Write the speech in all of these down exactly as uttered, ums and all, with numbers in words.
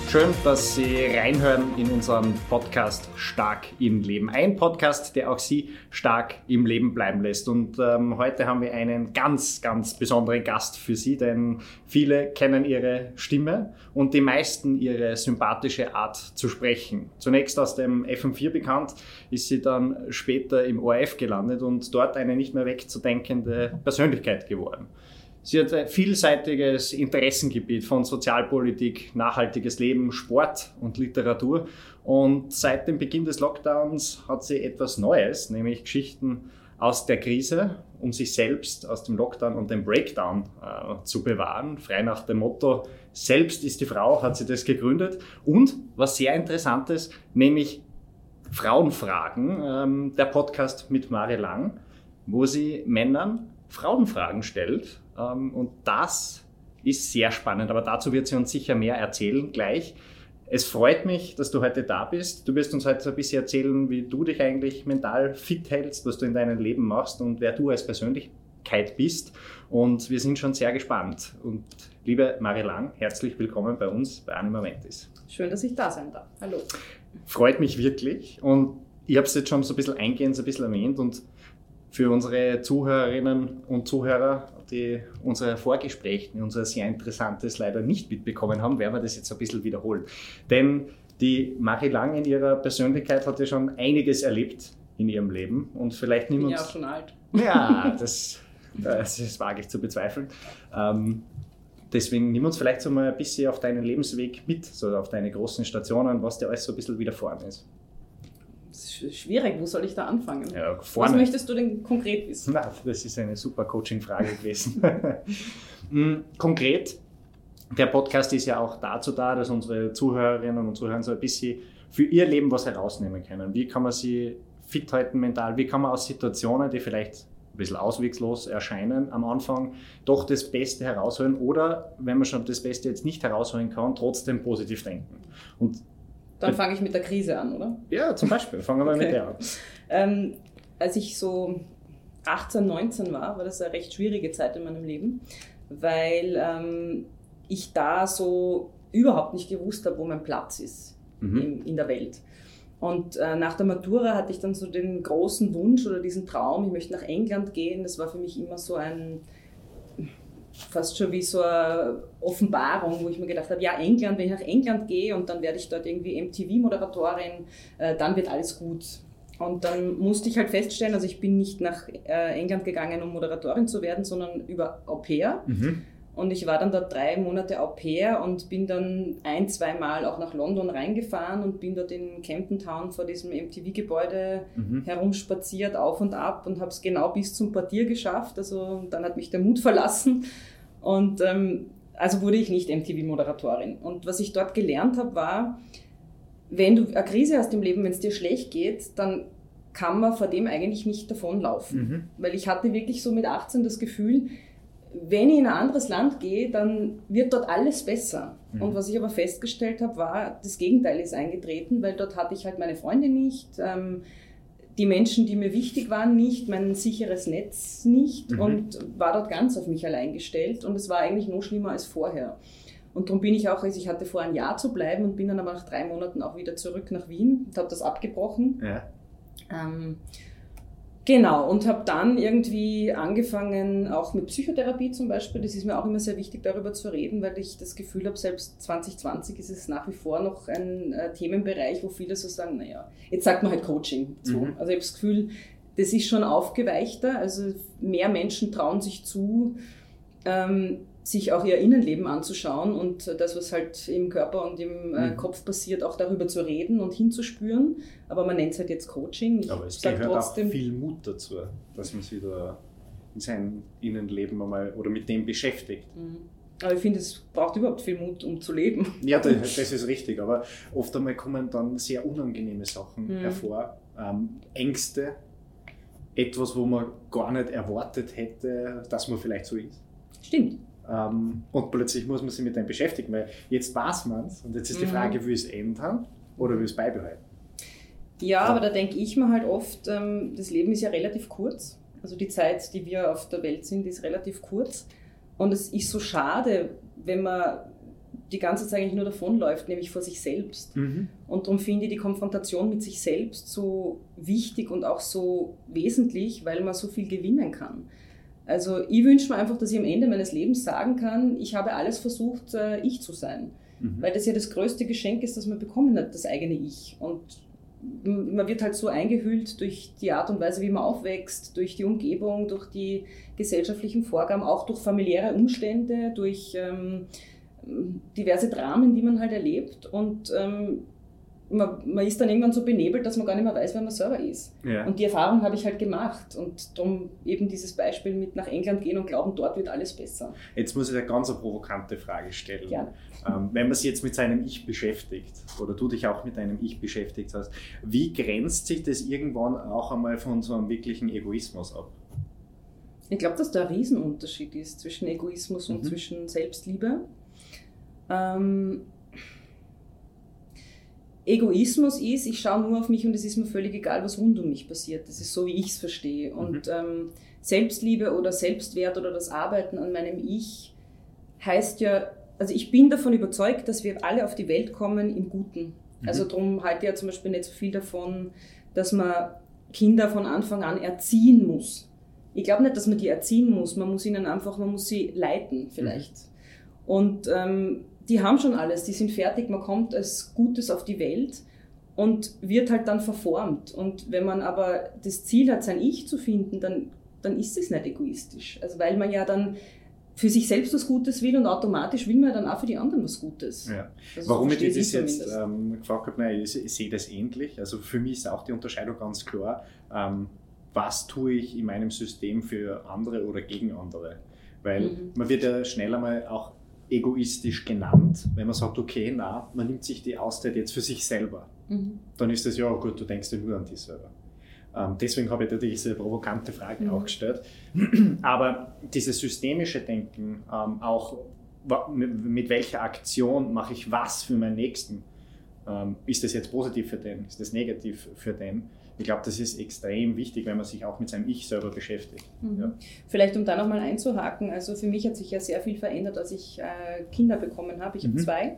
Schön, dass Sie reinhören in unseren Podcast Stark im Leben. Ein Podcast, der auch Sie stark im Leben bleiben lässt. Und ähm, heute haben wir einen ganz, ganz besonderen Gast für Sie, denn viele kennen ihre Stimme und die meisten ihre sympathische Art zu sprechen. Zunächst aus dem F M vier bekannt, ist sie dann später im O R F gelandet und dort eine nicht mehr wegzudenkende Persönlichkeit geworden. Sie hat ein vielseitiges Interessengebiet von Sozialpolitik, nachhaltiges Leben, Sport und Literatur. Und seit dem Beginn des Lockdowns hat sie etwas Neues, nämlich Geschichten aus der Krise, um sich selbst aus dem Lockdown und dem Breakdown äh, zu bewahren. Frei nach dem Motto, selbst ist die Frau, hat sie das gegründet. Und was sehr Interessantes, nämlich Frauenfragen, ähm, der Podcast mit Mari Lang, wo sie Männern Frauenfragen stellt. Und das ist sehr spannend, aber dazu wird sie uns sicher mehr erzählen gleich. Es freut mich, dass du heute da bist. Du wirst uns heute ein bisschen erzählen, wie du dich eigentlich mental fit hältst, was du in deinem Leben machst und wer du als Persönlichkeit bist. Und wir sind schon sehr gespannt. Und liebe Mari Lang, herzlich willkommen bei uns bei Anima Mentis. Schön, dass ich da sein darf. Hallo. Freut mich wirklich. Und ich habe es jetzt schon so ein bisschen eingehend, so ein bisschen erwähnt und für unsere Zuhörerinnen und Zuhörer, die unsere Vorgespräche, unser sehr interessantes leider nicht mitbekommen haben, werden wir das jetzt ein bisschen wiederholen. Denn die Mari Lang in ihrer Persönlichkeit hat ja schon einiges erlebt in ihrem Leben. Und vielleicht nehmen wir uns... Ich bin ja auch schon alt. Ja, das, das, das wage ich zu bezweifeln. Ähm, deswegen nimm uns vielleicht so mal ein bisschen auf deinen Lebensweg mit, so auf deine großen Stationen, was dir alles so ein bisschen widerfahren ist. Das ist schwierig, wo soll ich da anfangen? Ja, vorne. Was möchtest du denn konkret wissen? Na, das ist eine super Coaching-Frage gewesen. Konkret, der Podcast ist ja auch dazu da, dass unsere Zuhörerinnen und Zuhörer so ein bisschen für ihr Leben was herausnehmen können. Wie kann man sie fit halten mental? Wie kann man aus Situationen, die vielleicht ein bisschen auswegslos erscheinen am Anfang, doch das Beste herausholen? Oder, wenn man schon das Beste jetzt nicht herausholen kann, trotzdem positiv denken. Und Dann fange ich mit der Krise an, oder? Ja, zum Beispiel. Fangen wir mal okay. mit der an. Ähm, als ich so achtzehn, neunzehn war, war das eine recht schwierige Zeit in meinem Leben, weil ähm, ich da so überhaupt nicht gewusst habe, wo mein Platz ist mhm. in, in der Welt. Und äh, nach der Matura hatte ich dann so den großen Wunsch oder diesen Traum, ich möchte nach England gehen. Das war für mich immer so ein... fast schon wie so eine Offenbarung, wo ich mir gedacht habe, ja, England, wenn ich nach England gehe und dann werde ich dort irgendwie M T V-Moderatorin, äh, dann wird alles gut. Und dann musste ich halt feststellen, also ich bin nicht nach äh, England gegangen, um Moderatorin zu werden, sondern über Au pair. Mhm. Und ich war dann dort drei Monate Au pair und bin dann ein, zwei Mal auch nach London reingefahren und bin dort in Camden Town vor diesem M T V-Gebäude mhm. herumspaziert, auf und ab und habe es genau bis zum Portier geschafft. Also dann hat mich der Mut verlassen und ähm, also wurde ich nicht M T V-Moderatorin. Und was ich dort gelernt habe, war, wenn du eine Krise hast im Leben, wenn es dir schlecht geht, dann kann man vor dem eigentlich nicht davonlaufen. Mhm. Weil ich hatte wirklich so mit achtzehn das Gefühl, wenn ich in ein anderes Land gehe, dann wird dort alles besser. Mhm. Und was ich aber festgestellt habe, war, das Gegenteil ist eingetreten, weil dort hatte ich halt meine Freunde nicht, ähm, die Menschen, die mir wichtig waren, nicht, mein sicheres Netz nicht mhm. und war dort ganz auf mich allein gestellt und es war eigentlich noch schlimmer als vorher. Und darum bin ich auch, also ich hatte vor, ein Jahr zu bleiben und bin dann aber nach drei Monaten auch wieder zurück nach Wien und habe das abgebrochen. Ja. Ähm, Genau, und habe dann irgendwie angefangen, auch mit Psychotherapie zum Beispiel. Das ist mir auch immer sehr wichtig, darüber zu reden, weil ich das Gefühl habe, selbst zwanzig zwanzig ist es nach wie vor noch ein äh, Themenbereich, wo viele so sagen, naja, jetzt sagt man halt Coaching zu. Mhm. Also ich habe das Gefühl, das ist schon aufgeweichter, also mehr Menschen trauen sich zu, ähm, sich auch ihr Innenleben anzuschauen und das, was halt im Körper und im äh, mhm. Kopf passiert, auch darüber zu reden und hinzuspüren. Aber man nennt es halt jetzt Coaching. Ich Aber es gehört trotzdem, auch viel Mut dazu, dass man sich da in seinem Innenleben einmal oder mit dem beschäftigt. Mhm. Aber ich finde, es braucht überhaupt viel Mut, um zu leben. Ja, das, das ist richtig. Aber oft einmal kommen dann sehr unangenehme Sachen mhm. hervor. Ähm, Ängste, etwas, wo man gar nicht erwartet hätte, dass man vielleicht so ist. Stimmt. Um, und plötzlich muss man sich mit dem beschäftigen, weil jetzt weiß man es und jetzt ist die Frage, will ich es ändern oder will ich es beibehalten? Ja, ja, aber da denke ich mir halt oft, ähm, das Leben ist ja relativ kurz. Also die Zeit, die wir auf der Welt sind, ist relativ kurz. Und es ist so schade, wenn man die ganze Zeit eigentlich nur davonläuft, nämlich vor sich selbst. Mhm. Und darum finde ich die Konfrontation mit sich selbst so wichtig und auch so wesentlich, weil man so viel gewinnen kann. Also ich wünsche mir einfach, dass ich am Ende meines Lebens sagen kann, ich habe alles versucht, äh, ich zu sein. Mhm. Weil das ja das größte Geschenk ist, das man bekommen hat, das eigene Ich. Und man wird halt so eingehüllt durch die Art und Weise, wie man aufwächst, durch die Umgebung, durch die gesellschaftlichen Vorgaben, auch durch familiäre Umstände, durch ähm, diverse Dramen, die man halt erlebt. Und ähm, man, man ist dann irgendwann so benebelt, dass man gar nicht mehr weiß, wer man selber ist. Ja. Und die Erfahrung habe ich halt gemacht. Und darum eben dieses Beispiel mit nach England gehen und glauben, dort wird alles besser. Jetzt muss ich eine ganz provokante Frage stellen. Ja. Ähm, wenn man sich jetzt mit seinem Ich beschäftigt, oder du dich auch mit deinem Ich beschäftigt hast, wie grenzt sich das irgendwann auch einmal von so einem wirklichen Egoismus ab? Ich glaube, dass da ein Riesenunterschied ist zwischen Egoismus und mhm. zwischen Selbstliebe. Ähm, Egoismus ist, ich schaue nur auf mich und es ist mir völlig egal, was rund um mich passiert. Das ist so, wie ich es verstehe. Und mhm. ähm, Selbstliebe oder Selbstwert oder das Arbeiten an meinem Ich heißt ja, also ich bin davon überzeugt, dass wir alle auf die Welt kommen im Guten. Mhm. Also darum halte ich ja zum Beispiel nicht so viel davon, dass man Kinder von Anfang an erziehen muss. Ich glaube nicht, dass man die erziehen muss. Man muss ihnen einfach, man muss sie leiten vielleicht. Mhm. Und ähm, die haben schon alles, die sind fertig, man kommt als Gutes auf die Welt und wird halt dann verformt. Und wenn man aber das Ziel hat, sein Ich zu finden, dann, dann ist es nicht egoistisch. Also weil man ja dann für sich selbst was Gutes will und automatisch will man ja dann auch für die anderen was Gutes. Ja. Also warum so ich das jetzt ähm, gefragt habe, nein, ich, ich sehe das ähnlich. Also für mich ist auch die Unterscheidung ganz klar, ähm, was tue ich in meinem System für andere oder gegen andere. Weil mhm. man wird ja schneller mal auch egoistisch genannt, wenn man sagt, okay, na, man nimmt sich die Auszeit jetzt für sich selber. Mhm. Dann ist das ja gut, du denkst ja nur an dich selber. Ähm, deswegen habe ich dir diese provokante Frage mhm. auch gestellt. Aber dieses systemische Denken, ähm, auch mit welcher Aktion mache ich was für meinen Nächsten, ähm, ist das jetzt positiv für den, ist das negativ für den? Ich glaube, das ist extrem wichtig, wenn man sich auch mit seinem Ich selber beschäftigt. Mhm. Ja. Vielleicht, um da nochmal einzuhaken, also für mich hat sich ja sehr viel verändert, als ich äh, Kinder bekommen habe. Ich mhm. habe zwei.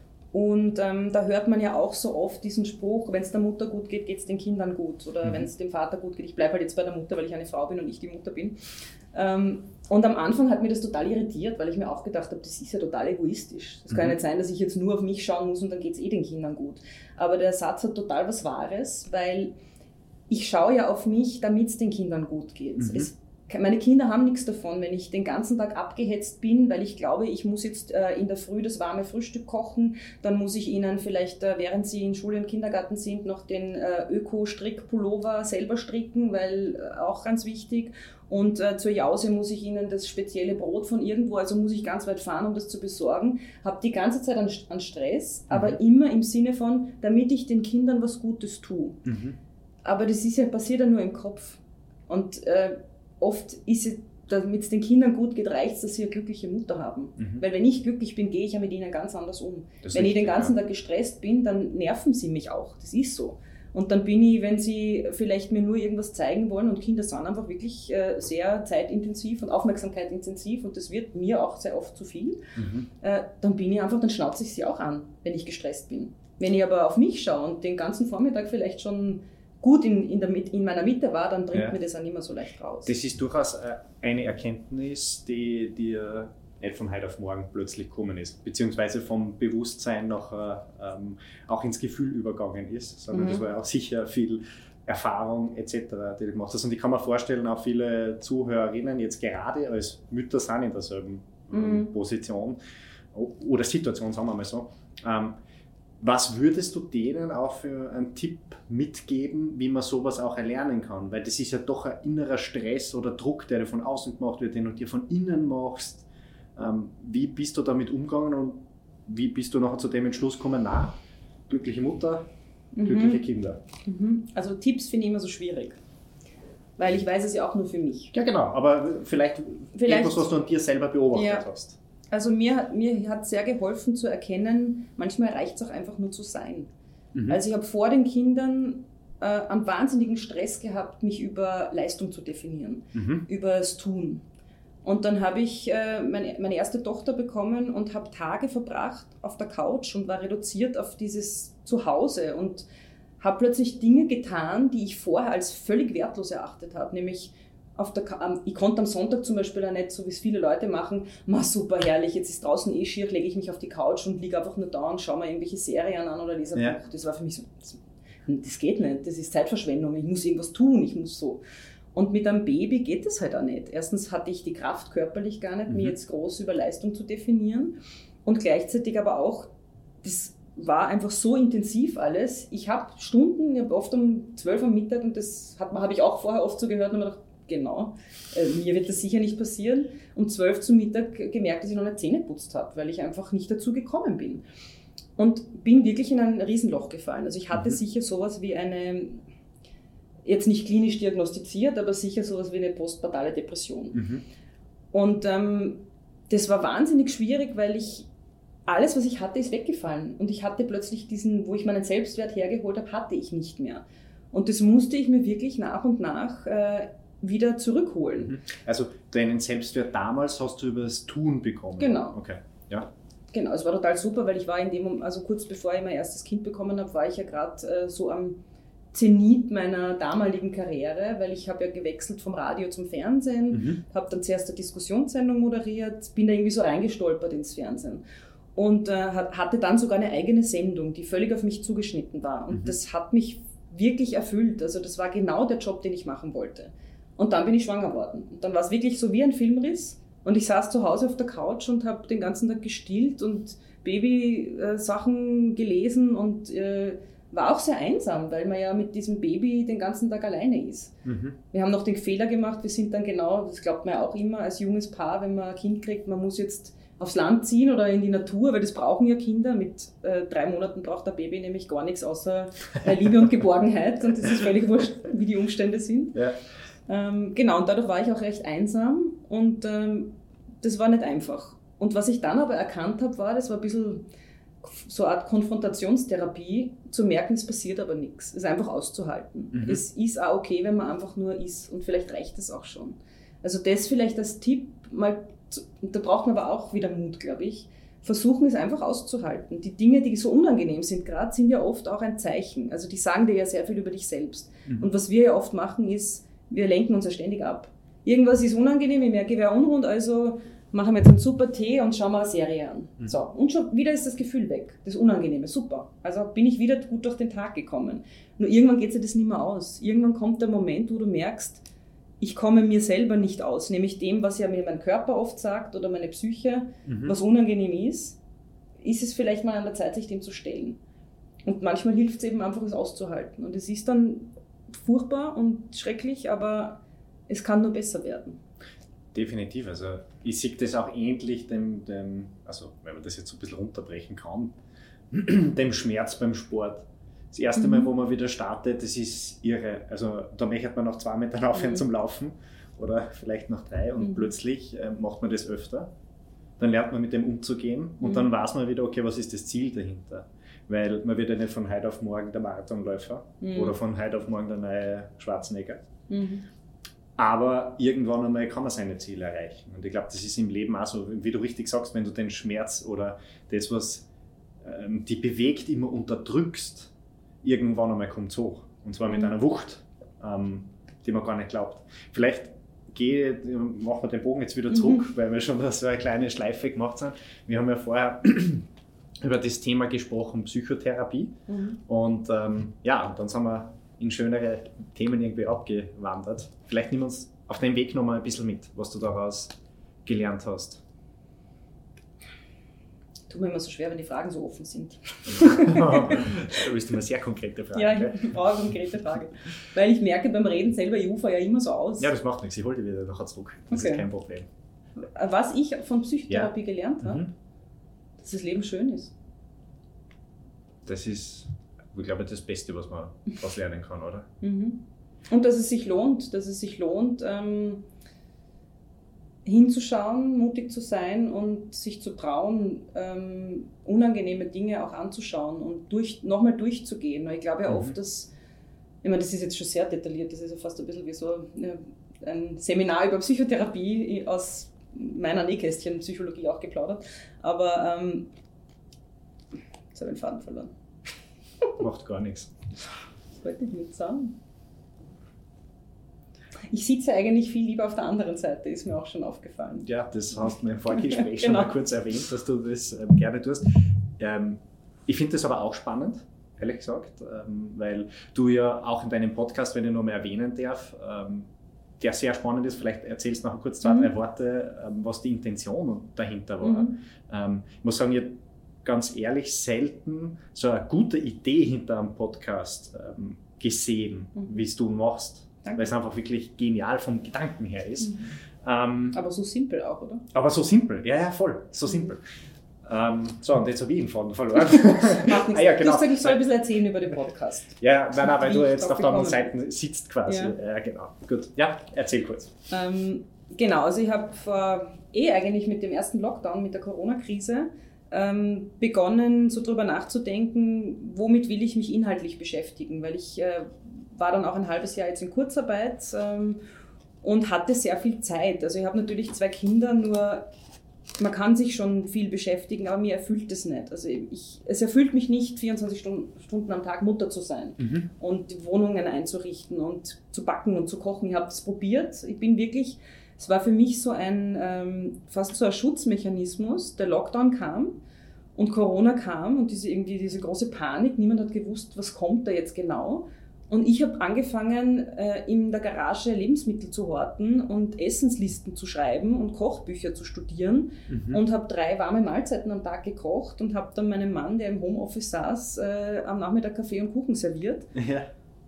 Und ähm, da hört man ja auch so oft diesen Spruch, wenn es der Mutter gut geht, geht es den Kindern gut. Oder mhm. wenn es dem Vater gut geht, ich bleibe halt jetzt bei der Mutter, weil ich eine Frau bin und ich die Mutter bin. Ähm, und am Anfang hat mir das total irritiert, weil ich mir auch gedacht habe, das ist ja total egoistisch. Es mhm. kann ja nicht sein, dass ich jetzt nur auf mich schauen muss und dann geht es eh den Kindern gut. Aber der Satz hat total was Wahres, weil ich schaue ja auf mich, damit es den Kindern gut geht. Mhm. Es, meine Kinder haben nichts davon, wenn ich den ganzen Tag abgehetzt bin, weil ich glaube, ich muss jetzt äh, in der Früh das warme Frühstück kochen, dann muss ich ihnen vielleicht, äh, während sie in Schule und Kindergarten sind, noch den äh, Öko-Strick-Pullover selber stricken, weil äh, auch ganz wichtig. Und äh, zur Jause muss ich ihnen das spezielle Brot von irgendwo, also muss ich ganz weit fahren, um das zu besorgen. Habe die ganze Zeit an, an Stress, mhm. aber immer im Sinne von, damit ich den Kindern was Gutes tue. Mhm. Aber das ist ja, passiert ja nur im Kopf. Und äh, oft ist es, damit es den Kindern gut geht, reicht es, dass sie eine glückliche Mutter haben. Mhm. Weil wenn ich glücklich bin, gehe ich ja mit ihnen ganz anders um. Das wenn ich den ganzen ja. Tag gestresst bin, dann nerven sie mich auch. Das ist so. Und dann bin ich, wenn sie vielleicht mir nur irgendwas zeigen wollen, und Kinder sind einfach wirklich äh, sehr zeitintensiv und aufmerksamkeitintensiv und das wird mir auch sehr oft zu viel, mhm. äh, dann bin ich einfach, dann schnauze ich sie auch an, wenn ich gestresst bin. Wenn ich aber auf mich schaue und den ganzen Vormittag vielleicht schon gut in, in, der, in meiner Mitte war, dann bringt ja. mir das auch nicht mehr so leicht raus. Das ist durchaus eine Erkenntnis, die dir nicht von heute auf morgen plötzlich gekommen ist, beziehungsweise vom Bewusstsein noch ähm, auch ins Gefühl übergegangen ist, sondern mhm. das war ja auch sicher viel Erfahrung et cetera, die du gemacht hast. Und ich kann mir vorstellen, auch viele Zuhörerinnen jetzt gerade als Mütter sind in derselben mhm. Position oder Situation, sagen wir mal so. Ähm, Was würdest du denen auch für einen Tipp mitgeben, wie man sowas auch erlernen kann? Weil das ist ja doch ein innerer Stress oder Druck, der dir von außen gemacht wird, den du dir von innen machst. Ähm, wie bist du damit umgegangen und wie bist du nachher zu dem Entschluss gekommen, na, glückliche Mutter, mhm. glückliche Kinder? Mhm. Also Tipps finde ich immer so schwierig, weil ich weiß es ja auch nur für mich. Ja genau, aber vielleicht, vielleicht etwas, was du an dir selber beobachtet ja. hast. Also mir, mir hat sehr geholfen zu erkennen, manchmal reicht es auch einfach nur zu sein. Mhm. Also ich habe vor den Kindern äh, einen wahnsinnigen Stress gehabt, mich über Leistung zu definieren, mhm. über das Tun. Und dann habe ich äh, meine, meine erste Tochter bekommen und habe Tage verbracht auf der Couch und war reduziert auf dieses Zuhause und habe plötzlich Dinge getan, die ich vorher als völlig wertlos erachtet habe, nämlich auf der, ich konnte am Sonntag zum Beispiel auch nicht, so wie es viele Leute machen, ma super herrlich, jetzt ist draußen eh schier, lege ich mich auf die Couch und liege einfach nur da und schaue mir irgendwelche Serien an oder lese ein ja. Buch. Das war für mich so, das, das geht nicht, das ist Zeitverschwendung, ich muss irgendwas tun, ich muss so. Und mit einem Baby geht das halt auch nicht. Erstens hatte ich die Kraft körperlich gar nicht, mhm. mir jetzt groß über Leistung zu definieren und gleichzeitig aber auch, das war einfach so intensiv alles. Ich habe Stunden, ich habe oft um zwölf am Mittag und das habe ich auch vorher oft so gehört und mir gedacht, genau, äh, mir wird das sicher nicht passieren. Um zwölf zum Mittag gemerkt, dass ich noch nicht Zähne geputzt habe, weil ich einfach nicht dazu gekommen bin. Und bin wirklich in ein Riesenloch gefallen. Also ich hatte mhm. sicher sowas wie eine, jetzt nicht klinisch diagnostiziert, aber sicher sowas wie eine postpartale Depression. Mhm. Und ähm, das war wahnsinnig schwierig, weil ich alles, was ich hatte, ist weggefallen. Und ich hatte plötzlich diesen, wo ich meinen Selbstwert hergeholt habe, hatte ich nicht mehr. Und das musste ich mir wirklich nach und nach äh, wieder zurückholen. Also deinen Selbstwert damals hast du über das Tun bekommen? Genau. Okay, ja. Genau, es war total super, weil ich war in dem, also kurz bevor ich mein erstes Kind bekommen habe, war ich ja gerade äh, so am Zenit meiner damaligen Karriere, weil ich habe ja gewechselt vom Radio zum Fernsehen, mhm. habe dann zuerst eine Diskussionssendung moderiert, bin da irgendwie so reingestolpert ins Fernsehen. Und äh, hatte dann sogar eine eigene Sendung, die völlig auf mich zugeschnitten war. Und mhm. das hat mich wirklich erfüllt. Also das war genau der Job, den ich machen wollte. Und dann bin ich schwanger worden. Und dann war es wirklich so wie ein Filmriss. Und ich saß zu Hause auf der Couch und habe den ganzen Tag gestillt und Baby-Sachen gelesen und äh, war auch sehr einsam, weil man ja mit diesem Baby den ganzen Tag alleine ist. Mhm. Wir haben noch den Fehler gemacht, wir sind dann genau, das glaubt man ja auch immer als junges Paar, wenn man ein Kind kriegt, man muss jetzt aufs Land ziehen oder in die Natur, weil das brauchen ja Kinder. Mit äh, drei Monaten braucht der Baby nämlich gar nichts außer äh, Liebe und Geborgenheit und das ist völlig wurscht, wie die Umstände sind. Ja. Ähm, genau, und dadurch war ich auch recht einsam und ähm, das war nicht einfach. Und was ich dann aber erkannt habe, war, das war ein bisschen so eine Art Konfrontationstherapie, zu merken, es passiert aber nichts. Es einfach auszuhalten. Mhm. Es ist auch okay, wenn man einfach nur ist und vielleicht reicht es auch schon. Also das vielleicht als Tipp, mal, da braucht man aber auch wieder Mut, glaube ich, versuchen es einfach auszuhalten. Die Dinge, die so unangenehm sind gerade, sind ja oft auch ein Zeichen. Also die sagen dir ja sehr viel über dich selbst. Mhm. Und was wir ja oft machen ist, wir lenken uns ja ständig ab. Irgendwas ist unangenehm, ich merke, ich wäre unrund, also machen wir jetzt einen super Tee und schauen wir eine Serie an. Mhm. So, und schon wieder ist das Gefühl weg, das Unangenehme, super. Also bin ich wieder gut durch den Tag gekommen. Nur irgendwann geht sich das nicht mehr aus. Irgendwann kommt der Moment, wo du merkst, ich komme mir selber nicht aus, nämlich dem, was ja mir mein Körper oft sagt oder meine Psyche, mhm. was unangenehm ist, ist es vielleicht mal an der Zeit, sich dem zu stellen. Und manchmal hilft es eben einfach, es auszuhalten. Und es ist dann furchtbar und schrecklich, aber es kann nur besser werden. Definitiv, also ich sehe das auch ähnlich dem, dem, also wenn man das jetzt so ein bisschen runterbrechen kann, dem Schmerz beim Sport. Das erste mhm. Mal, wo man wieder startet, das ist irre. Also da möchte man noch zwei Meter aufhören mhm. zum Laufen oder vielleicht noch drei und mhm. plötzlich äh, macht man das öfter. Dann lernt man mit dem umzugehen und mhm. dann weiß man wieder, okay, was ist das Ziel dahinter? Weil man wird ja nicht von heute auf morgen der Marathonläufer mhm. oder von heute auf morgen der neue Schwarzenegger. Mhm. Aber irgendwann einmal kann man seine Ziele erreichen. Und ich glaube, das ist im Leben auch so, wie du richtig sagst, wenn du den Schmerz oder das, was ähm, dich bewegt, immer unterdrückst, irgendwann einmal kommt es hoch. Und zwar mit mhm. einer Wucht, ähm, die man gar nicht glaubt. Vielleicht gehe, machen wir den Bogen jetzt wieder zurück, mhm. weil wir schon so eine kleine Schleife gemacht haben. Wir haben ja vorher über das Thema gesprochen, Psychotherapie. Mhm. Und ähm, ja, und dann sind wir in schönere Themen irgendwie abgewandert. Vielleicht nimm uns auf den Weg nochmal ein bisschen mit, was du daraus gelernt hast. Tut mir immer so schwer, wenn die Fragen so offen sind. Da bist du eine sehr konkrete Frage. Ja, ich brauche eine konkrete Frage. Weil ich merke beim Reden selber, ich ufer ja immer so aus. Ja, das macht nichts. Ich hole dich wieder nachher zurück. Das okay. ist kein Problem. Was ich von Psychotherapie ja. gelernt habe, mhm. dass das Leben schön ist. Das ist, ich glaube, das Beste, was man was lernen kann, oder? Mhm. Und dass es sich lohnt, dass es sich lohnt, ähm, hinzuschauen, mutig zu sein und sich zu trauen, ähm, unangenehme Dinge auch anzuschauen und durch, nochmal durchzugehen. Weil ich glaube ja mhm. oft, dass, ich meine, das ist jetzt schon sehr detailliert, das ist ja fast ein bisschen wie so eine, ein Seminar über Psychotherapie aus meiner Nähkästchen Psychologie auch geplaudert. Aber ähm, jetzt habe ich den Faden verloren. Macht gar nichts. Was wollte ich nicht sagen? Ich sitze eigentlich viel lieber auf der anderen Seite, ist mir auch schon aufgefallen. Ja, das hast du mir im Vorgespräch genau. schon mal kurz erwähnt, dass du das ähm, gerne tust. Ähm, ich finde das aber auch spannend, ehrlich gesagt, ähm, weil du ja auch in deinem Podcast, wenn ich nur mal erwähnen darf, ähm, der sehr spannend ist, vielleicht erzählst du noch kurz zwei, mhm. drei Worte, ähm, was die Intention dahinter war. Mhm. Ähm, ich muss sagen, ich habe ganz ehrlich selten so eine gute Idee hinter einem Podcast ähm, gesehen, mhm. wie es du machst. Danke. Weil es einfach wirklich genial vom Gedanken her ist. Mhm. Ähm, aber so simpel auch, oder? Aber so simpel, ja, ja, voll, so simpel. Mhm. Ähm, so, und jetzt habe ich ihn Faden verloren. Macht nichts. Ah, ja, genau. Du hast gesagt, ich soll ein bisschen erzählen über den Podcast. Ja, nein, nein, weil du jetzt auf der anderen Seite sitzt quasi. Ja. ja, genau. Gut, ja, erzähl kurz. Ähm, genau, also ich habe vor eh eigentlich mit dem ersten Lockdown, mit der Corona-Krise, ähm, begonnen, so drüber nachzudenken, womit will ich mich inhaltlich beschäftigen, weil ich äh, war dann auch ein halbes Jahr jetzt in Kurzarbeit ähm, und hatte sehr viel Zeit. Also ich habe natürlich zwei Kinder, nur man kann sich schon viel beschäftigen, aber mir erfüllt es nicht. Also ich, es erfüllt mich nicht, vierundzwanzig Stunden am Tag Mutter zu sein mhm. und die Wohnungen einzurichten und zu backen und zu kochen. Ich habe das probiert. Ich bin wirklich, es war für mich so ein, ähm, fast so ein Schutzmechanismus. Der Lockdown kam und Corona kam und diese, irgendwie diese große Panik. Niemand hat gewusst, was kommt da jetzt genau. Und ich habe angefangen, äh, in der Garage Lebensmittel zu horten und Essenslisten zu schreiben und Kochbücher zu studieren mhm. und habe drei warme Mahlzeiten am Tag gekocht und habe dann meinem Mann, der im Homeoffice saß, äh, am Nachmittag Kaffee und Kuchen serviert. Ja.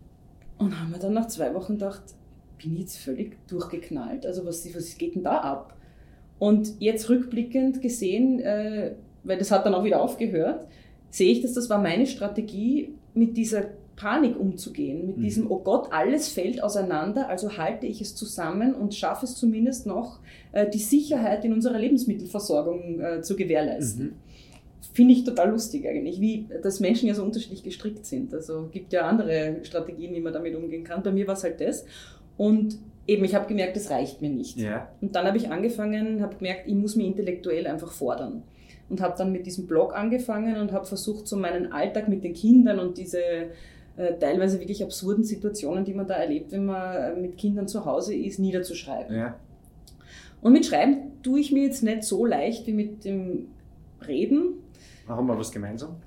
Und haben mir dann nach zwei Wochen gedacht, bin ich jetzt völlig durchgeknallt? Also was, was geht denn da ab? Und jetzt rückblickend gesehen, äh, weil das hat dann auch wieder aufgehört, sehe ich, dass das war meine Strategie, mit dieser Panik umzugehen, mit mhm. diesem, oh Gott, alles fällt auseinander, also halte ich es zusammen und schaffe es zumindest noch, äh, die Sicherheit in unserer Lebensmittelversorgung äh, zu gewährleisten. Mhm. Finde ich total lustig eigentlich, wie dass Menschen ja so unterschiedlich gestrickt sind. Also gibt ja andere Strategien, wie man damit umgehen kann. Bei mir war es halt das. Und eben, ich habe gemerkt, das reicht mir nicht. Ja. Und dann habe ich angefangen, habe gemerkt, ich muss mich intellektuell einfach fordern. Und habe dann mit diesem Blog angefangen und habe versucht, so meinen Alltag mit den Kindern und diese äh, teilweise wirklich absurden Situationen, die man da erlebt, wenn man äh, mit Kindern zu Hause ist, niederzuschreiben. Ja. Und mit Schreiben tue ich mir jetzt nicht so leicht wie mit dem Reden. Haben wir was gemeinsam?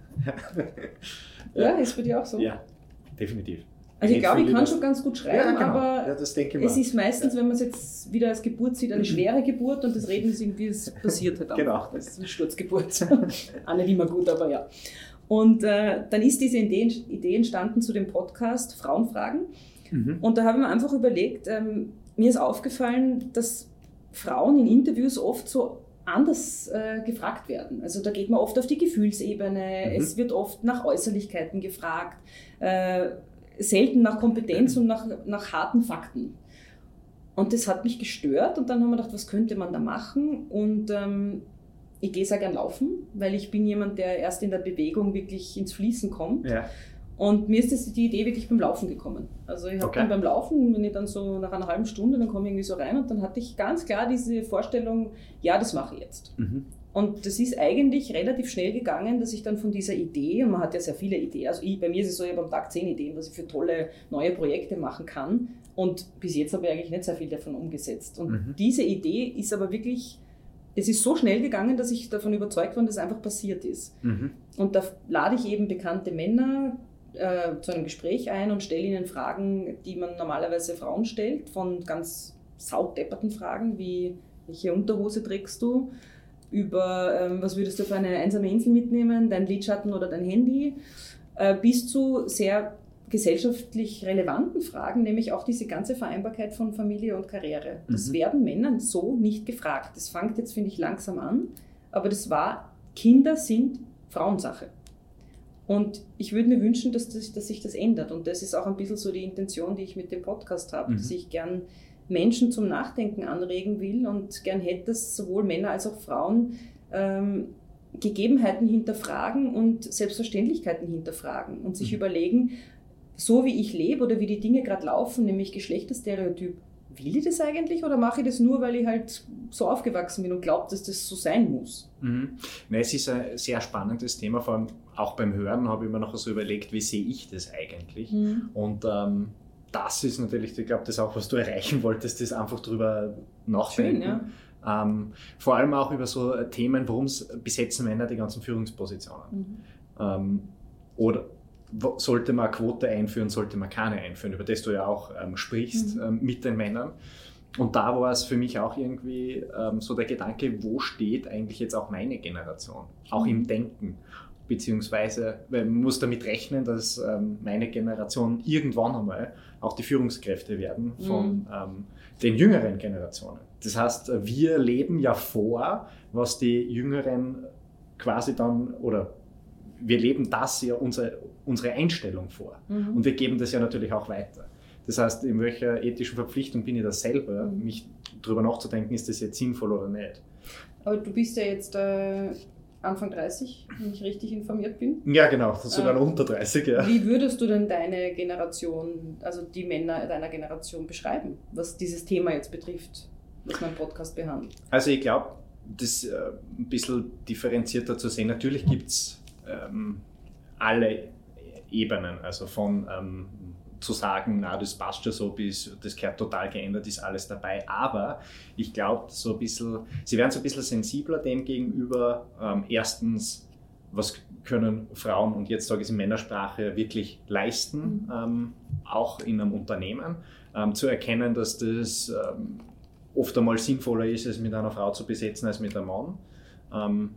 Ja, ist für dich auch so? Ja, definitiv. Also ich glaube, ich kann schon ganz gut schreiben, ja, genau. aber ja, das denke ich es ist meistens, ja. wenn man es jetzt wieder als Geburt sieht, eine schwere Geburt und das Reden ist irgendwie, es passiert halt auch. Genau. Das ist eine Sturzgeburt. Auch nicht immer gut, aber ja. Und äh, dann ist diese Idee, Idee entstanden zu dem Podcast Frauenfragen. Mhm. Und da habe ich mir einfach überlegt, ähm, mir ist aufgefallen, dass Frauen in Interviews oft so anders äh, gefragt werden. Also da geht man oft auf die Gefühlsebene, mhm. es wird oft nach Äußerlichkeiten gefragt, äh, selten nach Kompetenz und nach, nach harten Fakten. Und das hat mich gestört und dann haben wir gedacht, was könnte man da machen? Und ähm, ich gehe sehr gern laufen, weil ich bin jemand, der erst in der Bewegung wirklich ins Fließen kommt. Ja. Und mir ist das, die Idee wirklich beim Laufen gekommen. Also ich habe okay. dann beim Laufen, wenn ich dann so nach einer halben Stunde, dann komme ich irgendwie so rein und dann hatte ich ganz klar diese Vorstellung, ja, das mache ich jetzt. Mhm. Und das ist eigentlich relativ schnell gegangen, dass ich dann von dieser Idee, und man hat ja sehr viele Ideen, also ich, bei mir ist es so, ich habe am Tag zehn Ideen, was ich für tolle neue Projekte machen kann. Und bis jetzt habe ich eigentlich nicht sehr viel davon umgesetzt. Und mhm. diese Idee ist aber wirklich, es ist so schnell gegangen, dass ich davon überzeugt war, dass es einfach passiert ist. Mhm. Und da lade ich eben bekannte Männer äh, zu einem Gespräch ein und stelle ihnen Fragen, die man normalerweise Frauen stellt, von ganz saudepperten Fragen wie, welche Unterhose trägst du? Über ähm, was würdest du für eine einsame Insel mitnehmen, dein Lidschatten oder dein Handy, äh, bis zu sehr gesellschaftlich relevanten Fragen, nämlich auch diese ganze Vereinbarkeit von Familie und Karriere. Das mhm. werden Männern so nicht gefragt. Das fängt jetzt, finde ich, langsam an, aber das war, Kinder sind Frauensache. Und ich würde mir wünschen, dass, das, dass sich das ändert. Und das ist auch ein bisschen so die Intention, die ich mit dem Podcast habe, mhm. dass ich gern Menschen zum Nachdenken anregen will und gern hätte, dass sowohl Männer als auch Frauen ähm, Gegebenheiten hinterfragen und Selbstverständlichkeiten hinterfragen und sich mhm. überlegen, so wie ich lebe oder wie die Dinge gerade laufen, nämlich Geschlechterstereotyp, will ich das eigentlich oder mache ich das nur, weil ich halt so aufgewachsen bin und glaube, dass das so sein muss? Mhm. Nein, es ist ein sehr spannendes Thema, vor allem auch beim Hören habe ich mir noch so überlegt, wie sehe ich das eigentlich? Mhm. Und ähm, das ist natürlich, ich glaube, das auch, was du erreichen wolltest, ist einfach drüber nachdenken. Schön, ja. ähm, vor allem auch über so Themen, warum besetzen Männer die ganzen Führungspositionen? Mhm. Ähm, oder sollte man eine Quote einführen, sollte man keine einführen, über das du ja auch ähm, sprichst mhm. ähm, mit den Männern. Und da war es für mich auch irgendwie ähm, so der Gedanke, wo steht eigentlich jetzt auch meine Generation? Auch mhm. im Denken. Beziehungsweise, weil man muss damit rechnen, dass ähm, meine Generation irgendwann einmal auch die Führungskräfte werden von mhm. ähm, den jüngeren Generationen. Das heißt, wir leben ja vor, was die Jüngeren quasi dann, oder wir leben das ja unsere, unsere Einstellung vor. Mhm. Und wir geben das ja natürlich auch weiter. Das heißt, in welcher ethischen Verpflichtung bin ich da selber, mhm. mich darüber nachzudenken, ist das jetzt sinnvoll oder nicht. Aber du bist ja jetzt äh, Anfang dreißig, wenn ich richtig informiert bin. Ja, genau, sogar noch äh, unter dreißig. Ja. Wie würdest du denn deine Generation, also die Männer deiner Generation beschreiben, was dieses Thema jetzt betrifft, was mein Podcast behandelt? Also ich glaube, das äh, ein bisschen differenzierter zu sehen. Natürlich gibt es ähm, alle Ebenen, also von ähm, zu sagen, na, das passt schon so, bis das gehört total geändert, ist alles dabei. Aber ich glaube, so ein bisschen, sie werden so ein bisschen sensibler dem gegenüber. Ähm, erstens, was können Frauen, und jetzt sage ich es in Männersprache, wirklich leisten, mhm. ähm, auch in einem Unternehmen, ähm, zu erkennen, dass das ähm, oft einmal sinnvoller ist, es mit einer Frau zu besetzen als mit einem Mann. Ähm,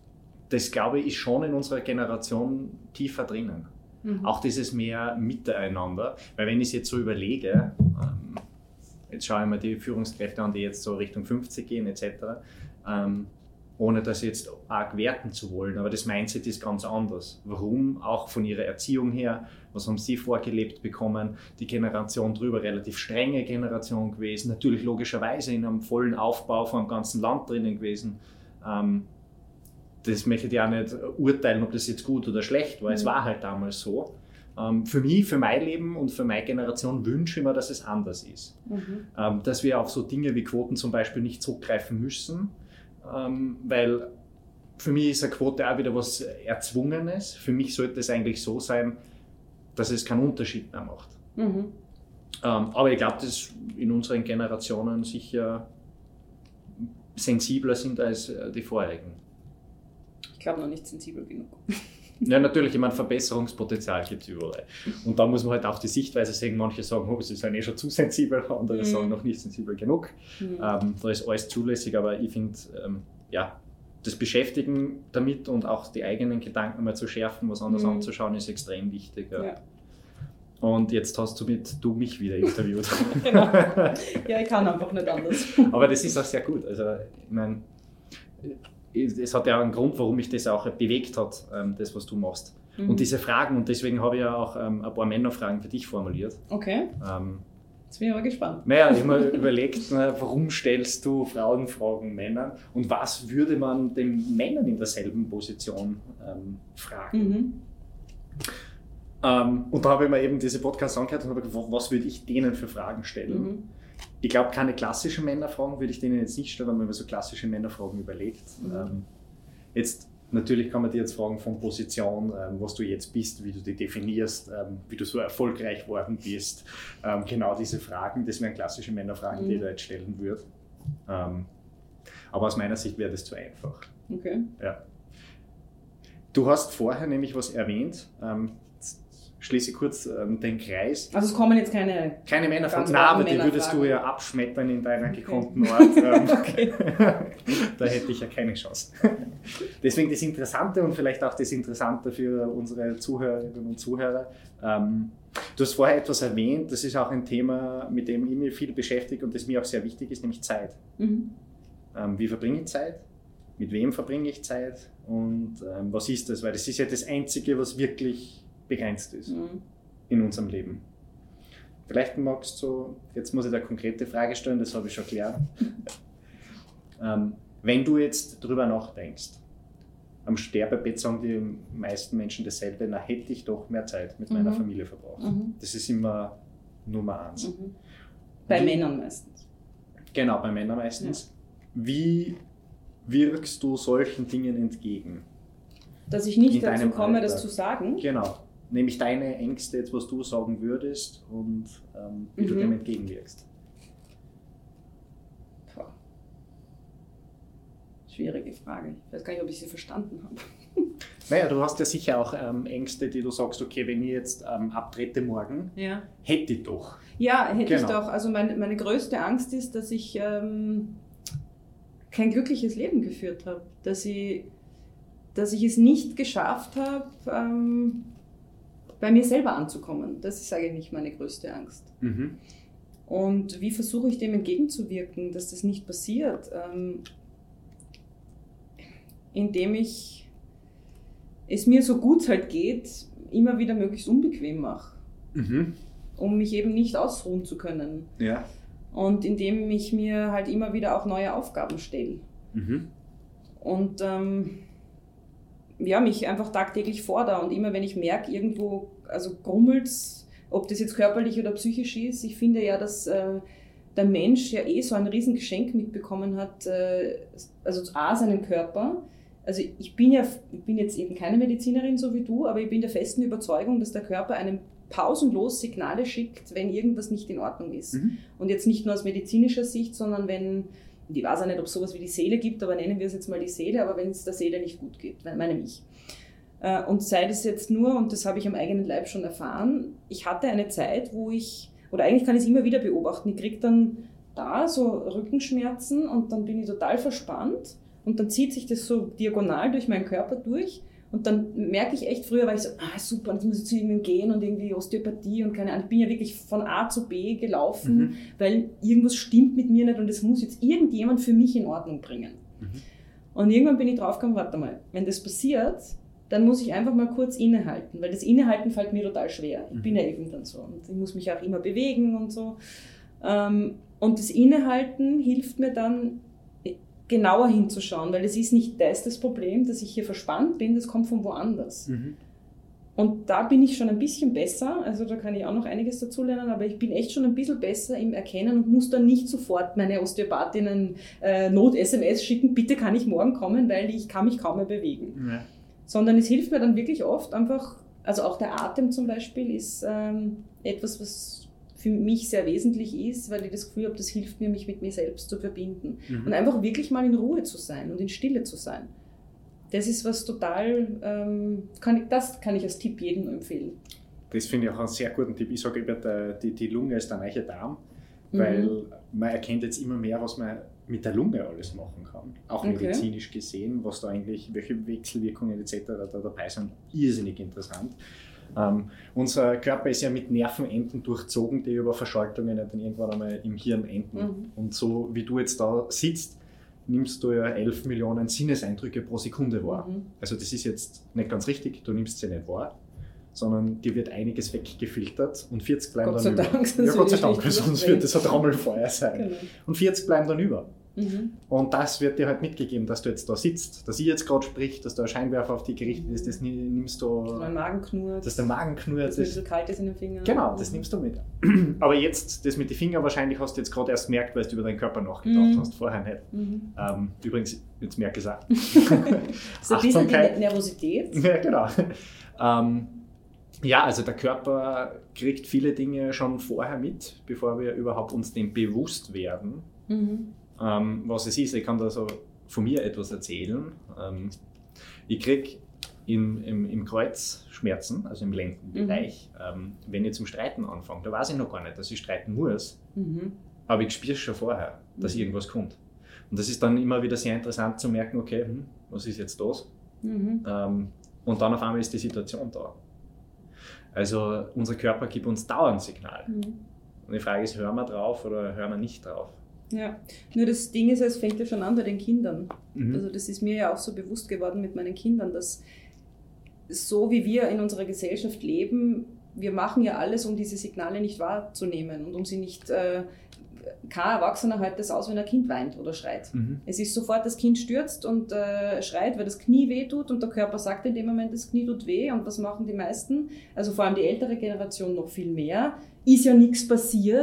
das, glaube ich, ist schon in unserer Generation tiefer drinnen. Mhm. Auch dieses mehr Miteinander, weil wenn ich es jetzt so überlege, ähm, jetzt schaue ich mir die Führungskräfte an, die jetzt so Richtung fünfzig gehen et cetera, ähm, ohne das jetzt arg werten zu wollen, aber das Mindset ist ganz anders. Warum? Auch von ihrer Erziehung her, was haben sie vorgelebt bekommen, die Generation drüber, relativ strenge Generation gewesen, natürlich logischerweise in einem vollen Aufbau vom ganzen Land drinnen gewesen. Ähm, Das möchte ich auch nicht urteilen, ob das jetzt gut oder schlecht war. Mhm. Es war halt damals so. Ähm, für mich, für mein Leben und für meine Generation wünsche ich mir, dass es anders ist. Mhm. Ähm, dass wir auf so Dinge wie Quoten zum Beispiel nicht zurückgreifen müssen, ähm, weil für mich ist eine Quote auch wieder was Erzwungenes. Für mich sollte es eigentlich so sein, dass es keinen Unterschied mehr macht. Mhm. Ähm, aber ich glaube, dass in unseren Generationen sicher sensibler sind als die vorherigen. Ich glaube noch nicht sensibel genug. Ja, natürlich, ich meine, Verbesserungspotenzial gibt es überall. Und da muss man halt auch die Sichtweise sehen. Manche sagen, oh, sie sind eh schon zu sensibel, andere mhm. sagen noch nicht sensibel genug. Mhm. Ähm, da ist alles zulässig, aber ich finde, ähm, ja, das Beschäftigen damit und auch die eigenen Gedanken mal zu schärfen, was anders mhm. anzuschauen, ist extrem wichtig. Ja. Ja. Und jetzt hast du, mit, du mich wieder interviewt. Genau. Ja, ich kann einfach nicht anders. Aber das ist auch sehr gut. Also, ich meine, es hat ja auch einen Grund, warum mich das auch bewegt hat, das, was du machst. Mhm. Und diese Fragen, und deswegen habe ich ja auch ein paar Männerfragen für dich formuliert. Okay. Ähm, Jetzt bin ich aber gespannt. Naja, ich habe mir überlegt, warum stellst du Frauenfragen Männern und was würde man den Männern in derselben Position ähm, fragen? Mhm. Ähm, und da habe ich mir eben diese Podcasts angehört und habe gefragt, was würde ich denen für Fragen stellen? Mhm. Ich glaube, keine klassischen Männerfragen würde ich denen jetzt nicht stellen, wenn man über so klassische Männerfragen überlegt. Mhm. Ähm, jetzt, natürlich kann man dir jetzt fragen von Position, ähm, was du jetzt bist, wie du dich definierst, ähm, wie du so erfolgreich worden bist. Ähm, genau diese Fragen, das wären klassische Männerfragen, mhm. die ich da jetzt stellen würde. Ähm, aber aus meiner Sicht wäre das zu einfach. Okay. Ja. Du hast vorher nämlich was erwähnt, ähm, schließe kurz ähm, den Kreis. Also es kommen jetzt keine... Keine Männerfragen. Nein, aber die würdest du ja abschmettern in deiner okay. gekonnten Art. Ähm, okay. Da hätte ich ja keine Chance. Deswegen das Interessante und vielleicht auch das Interessante für unsere Zuhörerinnen und Zuhörer. Ähm, du hast vorher etwas erwähnt, das ist auch ein Thema, mit dem ich mich viel beschäftige und das mir auch sehr wichtig ist, nämlich Zeit. Mhm. Ähm, wie verbringe ich Zeit? Mit wem verbringe ich Zeit? Und ähm, was ist das? Weil das ist ja das Einzige, was wirklich begrenzt ist mhm. in unserem Leben. Vielleicht magst du, jetzt muss ich da eine konkrete Frage stellen, das habe ich schon klar. ähm, wenn du jetzt drüber nachdenkst, am Sterbebett sagen die meisten Menschen dasselbe, na hätte ich doch mehr Zeit mit mhm. meiner Familie verbraucht. Mhm. Das ist immer Nummer eins. Mhm. Bei wie, Männern meistens. Genau, bei Männern meistens. Ja. Wie wirkst du solchen Dingen entgegen? Dass ich nicht dazu komme, Alter. das zu sagen? Genau. Nämlich deine Ängste, jetzt was du sagen würdest und ähm, wie mhm. du dem entgegenwirkst. Boah. Schwierige Frage. Ich weiß gar nicht, ob ich sie verstanden habe. Naja, du hast ja sicher auch ähm, Ängste, die du sagst, okay, wenn ich jetzt ähm, abtrete morgen, ja. hätte ich doch. Ja, hätte genau. ich doch. Also meine, meine größte Angst ist, dass ich ähm, kein glückliches Leben geführt habe. Dass ich, dass ich es nicht geschafft habe, ähm, bei mir selber anzukommen. Das ist eigentlich meine größte Angst. Mhm. Und wie versuche ich dem entgegenzuwirken, dass das nicht passiert? Ähm, indem ich es mir so gut halt geht, immer wieder möglichst unbequem mache, mhm. um mich eben nicht ausruhen zu können. Ja. Und indem ich mir halt immer wieder auch neue Aufgaben stelle. Mhm. Und ähm, ja, mich einfach tagtäglich fordere. Und immer wenn ich merke, irgendwo, also grummelt's, ob das jetzt körperlich oder psychisch ist, ich finde ja, dass äh, der Mensch ja eh so ein Riesengeschenk mitbekommen hat, äh, also A, seinen Körper. Also ich bin ja, ich bin jetzt eben keine Medizinerin so wie du, aber ich bin der festen Überzeugung, dass der Körper einem pausenlos Signale schickt, wenn irgendwas nicht in Ordnung ist. Mhm. Und jetzt nicht nur aus medizinischer Sicht, sondern wenn, ich weiß auch nicht, ob es sowas wie die Seele gibt, aber nennen wir es jetzt mal die Seele, aber wenn es der Seele nicht gut geht, meine ich. Und sei das jetzt nur, und das habe ich am eigenen Leib schon erfahren, ich hatte eine Zeit, wo ich, oder eigentlich kann ich es immer wieder beobachten, ich kriege dann da so Rückenschmerzen und dann bin ich total verspannt. Und dann zieht sich das so diagonal durch meinen Körper durch und dann merke ich echt, früher war ich so, ah super, jetzt muss ich zu irgendwem gehen und irgendwie Osteopathie und keine Ahnung. Ich bin ja wirklich von A zu B gelaufen, mhm. weil irgendwas stimmt mit mir nicht und das muss jetzt irgendjemand für mich in Ordnung bringen. Mhm. Und irgendwann bin ich draufgekommen, warte mal, wenn das passiert, dann muss ich einfach mal kurz innehalten, weil das Innehalten fällt mir total schwer. Ich mhm. bin ja eben dann so und ich muss mich auch immer bewegen und so. Und das Innehalten hilft mir dann, genauer hinzuschauen, weil es ist nicht das das Problem, dass ich hier verspannt bin, das kommt von woanders. Mhm. Und da bin ich schon ein bisschen besser, also da kann ich auch noch einiges dazu lernen, aber ich bin echt schon ein bisschen besser im Erkennen und muss dann nicht sofort meine Osteopathinnen äh, Not-S M S schicken, bitte kann ich morgen kommen, weil ich kann mich kaum mehr bewegen. Ja. Sondern es hilft mir dann wirklich oft einfach, also auch der Atem zum Beispiel ist ähm, etwas, was für mich sehr wesentlich ist, weil ich das Gefühl habe, das hilft mir, mich mit mir selbst zu verbinden. Mhm. Und einfach wirklich mal in Ruhe zu sein und in Stille zu sein. Das ist was total, ähm, kann ich, das kann ich als Tipp jedem empfehlen. Das finde ich auch einen sehr guten Tipp. Ich sage immer, die, die Lunge ist der neue Darm, Mhm. weil man erkennt jetzt immer mehr, was man mit der Lunge alles machen kann. Auch Okay. medizinisch gesehen, was da eigentlich, welche Wechselwirkungen et cetera da dabei sind, irrsinnig interessant. Ähm, unser Körper ist ja mit Nervenenden durchzogen, die über Verschaltungen dann irgendwann einmal im Hirn enden. Mhm. Und so wie du jetzt da sitzt, nimmst du ja elf Millionen Sinneseindrücke pro Sekunde wahr. Mhm. Also das ist jetzt nicht ganz richtig, du nimmst sie nicht wahr, sondern dir wird einiges weggefiltert und vierzig bleiben Gott dann sei über. Dank, sonst ja, Gott sei würde ich Dank, nicht sonst drüber wird das ein Trommelfeuer sein. Genau. Und vierzig bleiben dann über. Mhm. Und das wird dir halt mitgegeben, dass du jetzt da sitzt, dass ich jetzt gerade sprich, dass da ein Scheinwerfer auf dich gerichtet ist, das nimmst du, Dass mein Magen knurrt, dass der Magen knurrt. dass mir ein bisschen kalt ist in den Fingern. Genau, das nimmst du mit. Aber jetzt, das mit den Fingern wahrscheinlich hast du jetzt gerade erst gemerkt, weil du über deinen Körper nachgedacht Mhm. hast, vorher nicht. Mhm. Ähm, übrigens, jetzt merke ich es auch. So ein bisschen die Achtsamkeit. Nervosität. Ja, genau. Ähm, ja, also der Körper kriegt viele Dinge schon vorher mit, bevor wir überhaupt uns dem bewusst werden, Mhm. ähm, was es ist. Ich kann da so von mir etwas erzählen. Ähm, ich kriege im, im, im Kreuz Schmerzen, also im Lendenbereich, ähm, wenn ich zum Streiten anfange. Da weiß ich noch gar nicht, dass ich streiten muss, Mhm. aber ich spüre es schon vorher, dass Mhm. irgendwas kommt. Und das ist dann immer wieder sehr interessant zu merken, okay, hm, was ist jetzt los? Mhm. Ähm, und dann auf einmal ist die Situation da. Also unser Körper gibt uns dauernd Signal. Mhm. Und die Frage ist, hören wir drauf oder hören wir nicht drauf? Ja, nur das Ding ist, es fängt ja schon an bei den Kindern. Mhm. Also das ist mir ja auch so bewusst geworden mit meinen Kindern, dass so wie wir in unserer Gesellschaft leben, wir machen ja alles, um diese Signale nicht wahrzunehmen und um sie nicht, äh, kein Erwachsener hält das aus, wenn ein Kind weint oder schreit. Mhm. Es ist sofort, das Kind stürzt und äh, schreit, weil das Knie weh tut und der Körper sagt in dem Moment, das Knie tut weh. Und was machen die meisten? Also vor allem die ältere Generation noch viel mehr. Ist ja nichts passiert.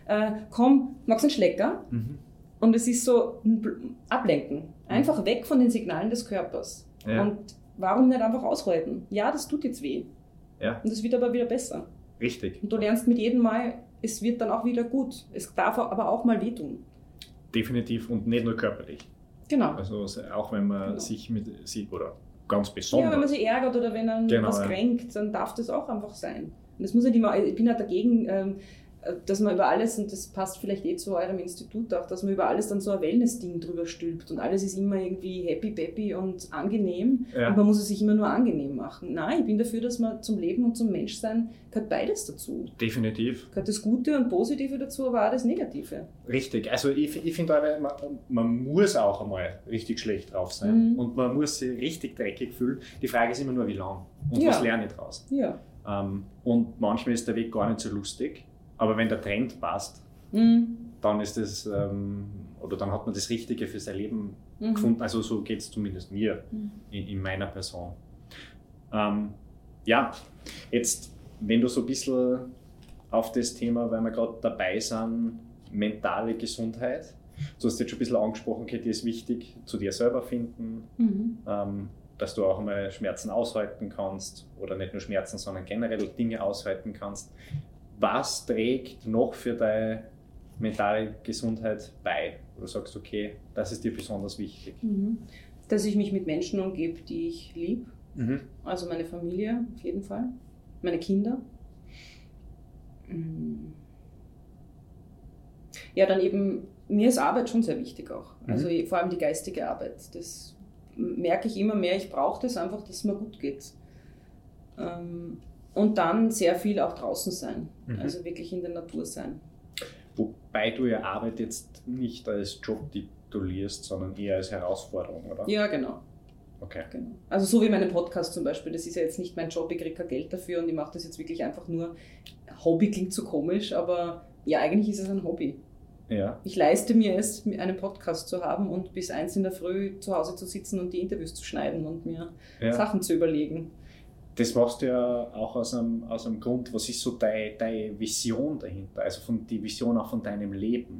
äh, komm, magst du einen Schlecker? Mhm. Und es ist so ein Bl- Ablenken. Einfach weg von den Signalen des Körpers. Ja. Und warum nicht einfach aushalten? Ja, das tut jetzt weh. Ja. Und es wird aber wieder besser. Richtig. Und du lernst mit jedem Mal, es wird dann auch wieder gut. Es darf aber auch mal wehtun. Definitiv und nicht nur körperlich. Genau. Also auch wenn man Genau. sich mit sich oder ganz Ja, besonders. wenn man sich ärgert oder wenn man Genau, was ja. kränkt, dann darf das auch einfach sein. Und das muss nicht immer, ich bin halt dagegen, ähm, dass man über alles, und das passt vielleicht eh zu eurem Institut auch, dass man über alles dann so ein Wellness-Ding drüber stülpt und alles ist immer irgendwie happy, peppy und angenehm Ja. und man muss es sich immer nur angenehm machen. Nein, ich bin dafür, dass man zum Leben und zum Menschsein gehört beides dazu. Definitiv. Gehört das Gute und Positive dazu, aber auch das Negative. Richtig. Also ich, ich finde, aber, man, man muss auch einmal richtig schlecht drauf sein Mhm. und man muss sich richtig dreckig fühlen. Die Frage ist immer nur, wie lang und Ja. was lerne ich daraus. Ja. Ähm, und manchmal ist der Weg gar nicht so lustig, aber wenn der Trend passt, Mhm. dann ist das, ähm, oder dann hat man das Richtige für sein Leben Mhm. gefunden. Also so geht es zumindest mir Mhm. in, in meiner Person. Ähm, ja, jetzt, wenn du so ein bisschen auf das Thema, weil wir gerade dabei sind, mentale Gesundheit, du hast jetzt schon ein bisschen angesprochen, okay, die ist wichtig, zu dir selber finden, Mhm. ähm, dass du auch einmal Schmerzen aushalten kannst oder nicht nur Schmerzen, sondern generell Dinge aushalten kannst. Was trägt noch für deine mentale Gesundheit bei? Wo du sagst, okay, das ist dir besonders wichtig. Mhm. Dass ich mich mit Menschen umgebe, die ich liebe. Mhm. Also meine Familie auf jeden Fall. Meine Kinder. Ja, dann eben, mir ist Arbeit schon sehr wichtig auch. Also Mhm. vor allem die geistige Arbeit. Das merke ich immer mehr. Ich brauche das einfach, dass es mir gut geht. Ähm, Und dann sehr viel auch draußen sein. Mhm. Also wirklich in der Natur sein. Wobei du ja Arbeit jetzt nicht als Job titulierst, sondern eher als Herausforderung, oder? Ja, genau. Okay. Genau. Also so wie meinen Podcast zum Beispiel, das ist ja jetzt nicht mein Job, ich kriege kein Geld dafür und ich mache das jetzt wirklich einfach nur, Hobby klingt so komisch, aber ja, eigentlich ist es ein Hobby. Ja. Ich leiste mir es, einen Podcast zu haben und bis eins in der Früh zu Hause zu sitzen und die Interviews zu schneiden und mir Ja. Sachen zu überlegen. Das machst du ja auch aus einem, aus einem Grund. Was ist so deine, deine Vision dahinter? Also von, die Vision auch von deinem Leben?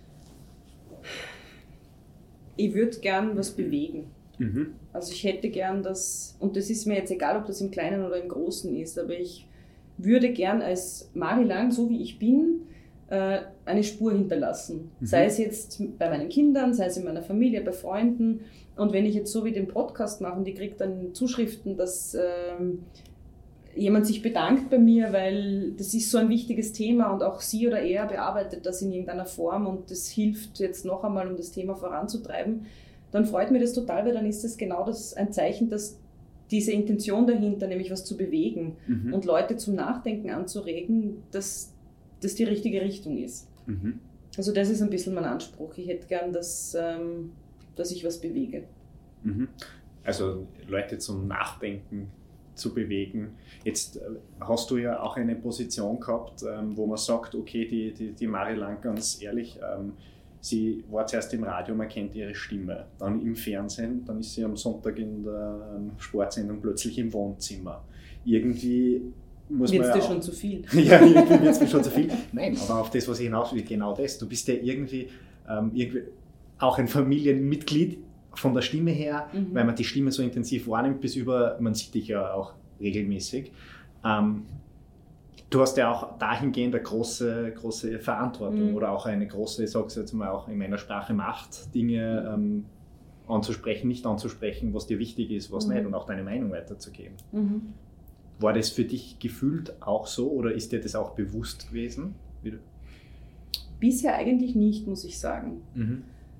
Ich würde gern was bewegen. Mhm. Also ich hätte gern das, und das ist mir jetzt egal, ob das im Kleinen oder im Großen ist, aber ich würde gern als Mari Lang, so wie ich bin, äh, eine Spur hinterlassen. Mhm. Sei es jetzt bei meinen Kindern, sei es in meiner Familie, bei Freunden. Und wenn ich jetzt so wie den Podcast mache, und ich kriege dann Zuschriften, dass ähm, jemand sich bedankt bei mir, weil das ist so ein wichtiges Thema und auch sie oder er bearbeitet das in irgendeiner Form und das hilft jetzt noch einmal, um das Thema voranzutreiben, dann freut mich das total, weil dann ist das genau das ein Zeichen, dass diese Intention dahinter, nämlich was zu bewegen Mhm. und Leute zum Nachdenken anzuregen, dass das die richtige Richtung ist. Mhm. Also das ist ein bisschen mein Anspruch. Ich hätte gern, dass, ähm, dass ich was bewege. Mhm. Also Leute zum Nachdenken zu bewegen. Jetzt äh, hast du ja auch eine Position gehabt, ähm, wo man sagt, okay, die, die, die Mari Lang, ganz ehrlich, ähm, sie war zuerst im Radio, man kennt ihre Stimme, dann im Fernsehen, dann ist sie am Sonntag in der ähm, Sportsendung plötzlich im Wohnzimmer. Irgendwie muss Wird es man dir ja schon zu viel? ja, irgendwie wird es mir schon zu viel. Nein, aber auf das, was ich hinaus will, genau das. Du bist ja irgendwie, ähm, irgendwie auch ein Familienmitglied von der Stimme her, Mhm. weil man die Stimme so intensiv wahrnimmt, bis über, man sieht dich ja auch regelmäßig. Ähm, du hast ja auch dahingehend eine große, große Verantwortung Mhm. oder auch eine große, ich sage es jetzt mal auch in meiner Sprache, Macht, Dinge ähm, anzusprechen, nicht anzusprechen, was dir wichtig ist, was Mhm. nicht und auch deine Meinung weiterzugeben. Mhm. War das für dich gefühlt auch so oder ist dir das auch bewusst gewesen? Wie du- Bisher eigentlich nicht, muss ich sagen. Mhm.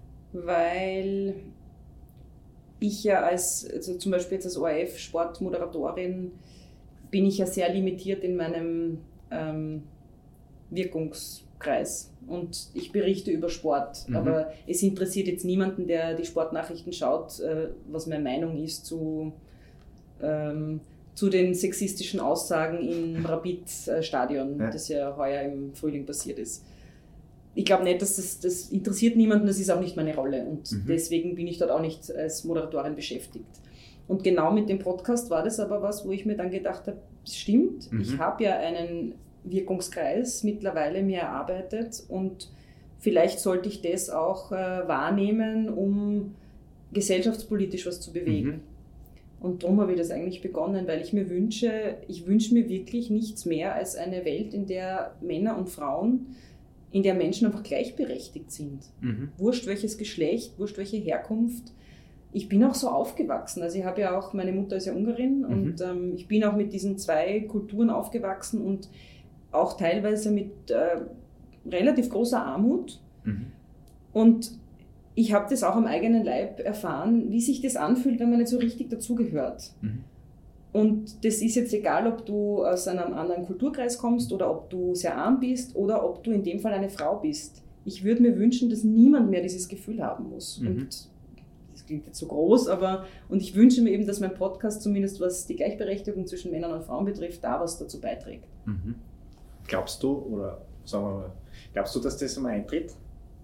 Weil ich ja als, also zum Beispiel jetzt als O R F-Sportmoderatorin, bin ich ja sehr limitiert in meinem ähm, Wirkungskreis. Und ich berichte über Sport, Mhm. aber es interessiert jetzt niemanden, der die Sportnachrichten schaut, äh, was meine Meinung ist zu, ähm, zu den sexistischen Aussagen im Rapid-Stadion, Ja. das ja heuer im Frühling passiert ist. Ich glaube nicht, dass das, das interessiert niemanden, das ist auch nicht meine Rolle und Mhm. deswegen bin ich dort auch nicht als Moderatorin beschäftigt. Und genau mit dem Podcast war das aber was, wo ich mir dann gedacht habe, stimmt, Mhm. ich habe ja einen Wirkungskreis mittlerweile mir erarbeitet und vielleicht sollte ich das auch äh, wahrnehmen, um gesellschaftspolitisch was zu bewegen. Mhm. Und darum habe ich das eigentlich begonnen, weil ich mir wünsche, ich wünsche mir wirklich nichts mehr als eine Welt, in der Männer und Frauen, in der Menschen einfach gleichberechtigt sind. Mhm. Wurscht welches Geschlecht, wurscht welche Herkunft. Ich bin auch so aufgewachsen. Also ich habe ja auch, meine Mutter ist ja Ungarin mhm. und ähm, ich bin auch mit diesen zwei Kulturen aufgewachsen und auch teilweise mit äh, relativ großer Armut. Mhm. Und ich habe das auch am eigenen Leib erfahren, wie sich das anfühlt, wenn man nicht so richtig dazugehört. Mhm. Und das ist jetzt egal, ob du aus einem anderen Kulturkreis kommst oder ob du sehr arm bist oder ob du in dem Fall eine Frau bist. Ich würde mir wünschen, dass niemand mehr dieses Gefühl haben muss. Mhm. Und das klingt jetzt so groß, aber und ich wünsche mir eben, dass mein Podcast zumindest, was die Gleichberechtigung zwischen Männern und Frauen betrifft, da was dazu beiträgt. Mhm. Glaubst du, oder sagen wir mal, glaubst du, dass das einmal eintritt?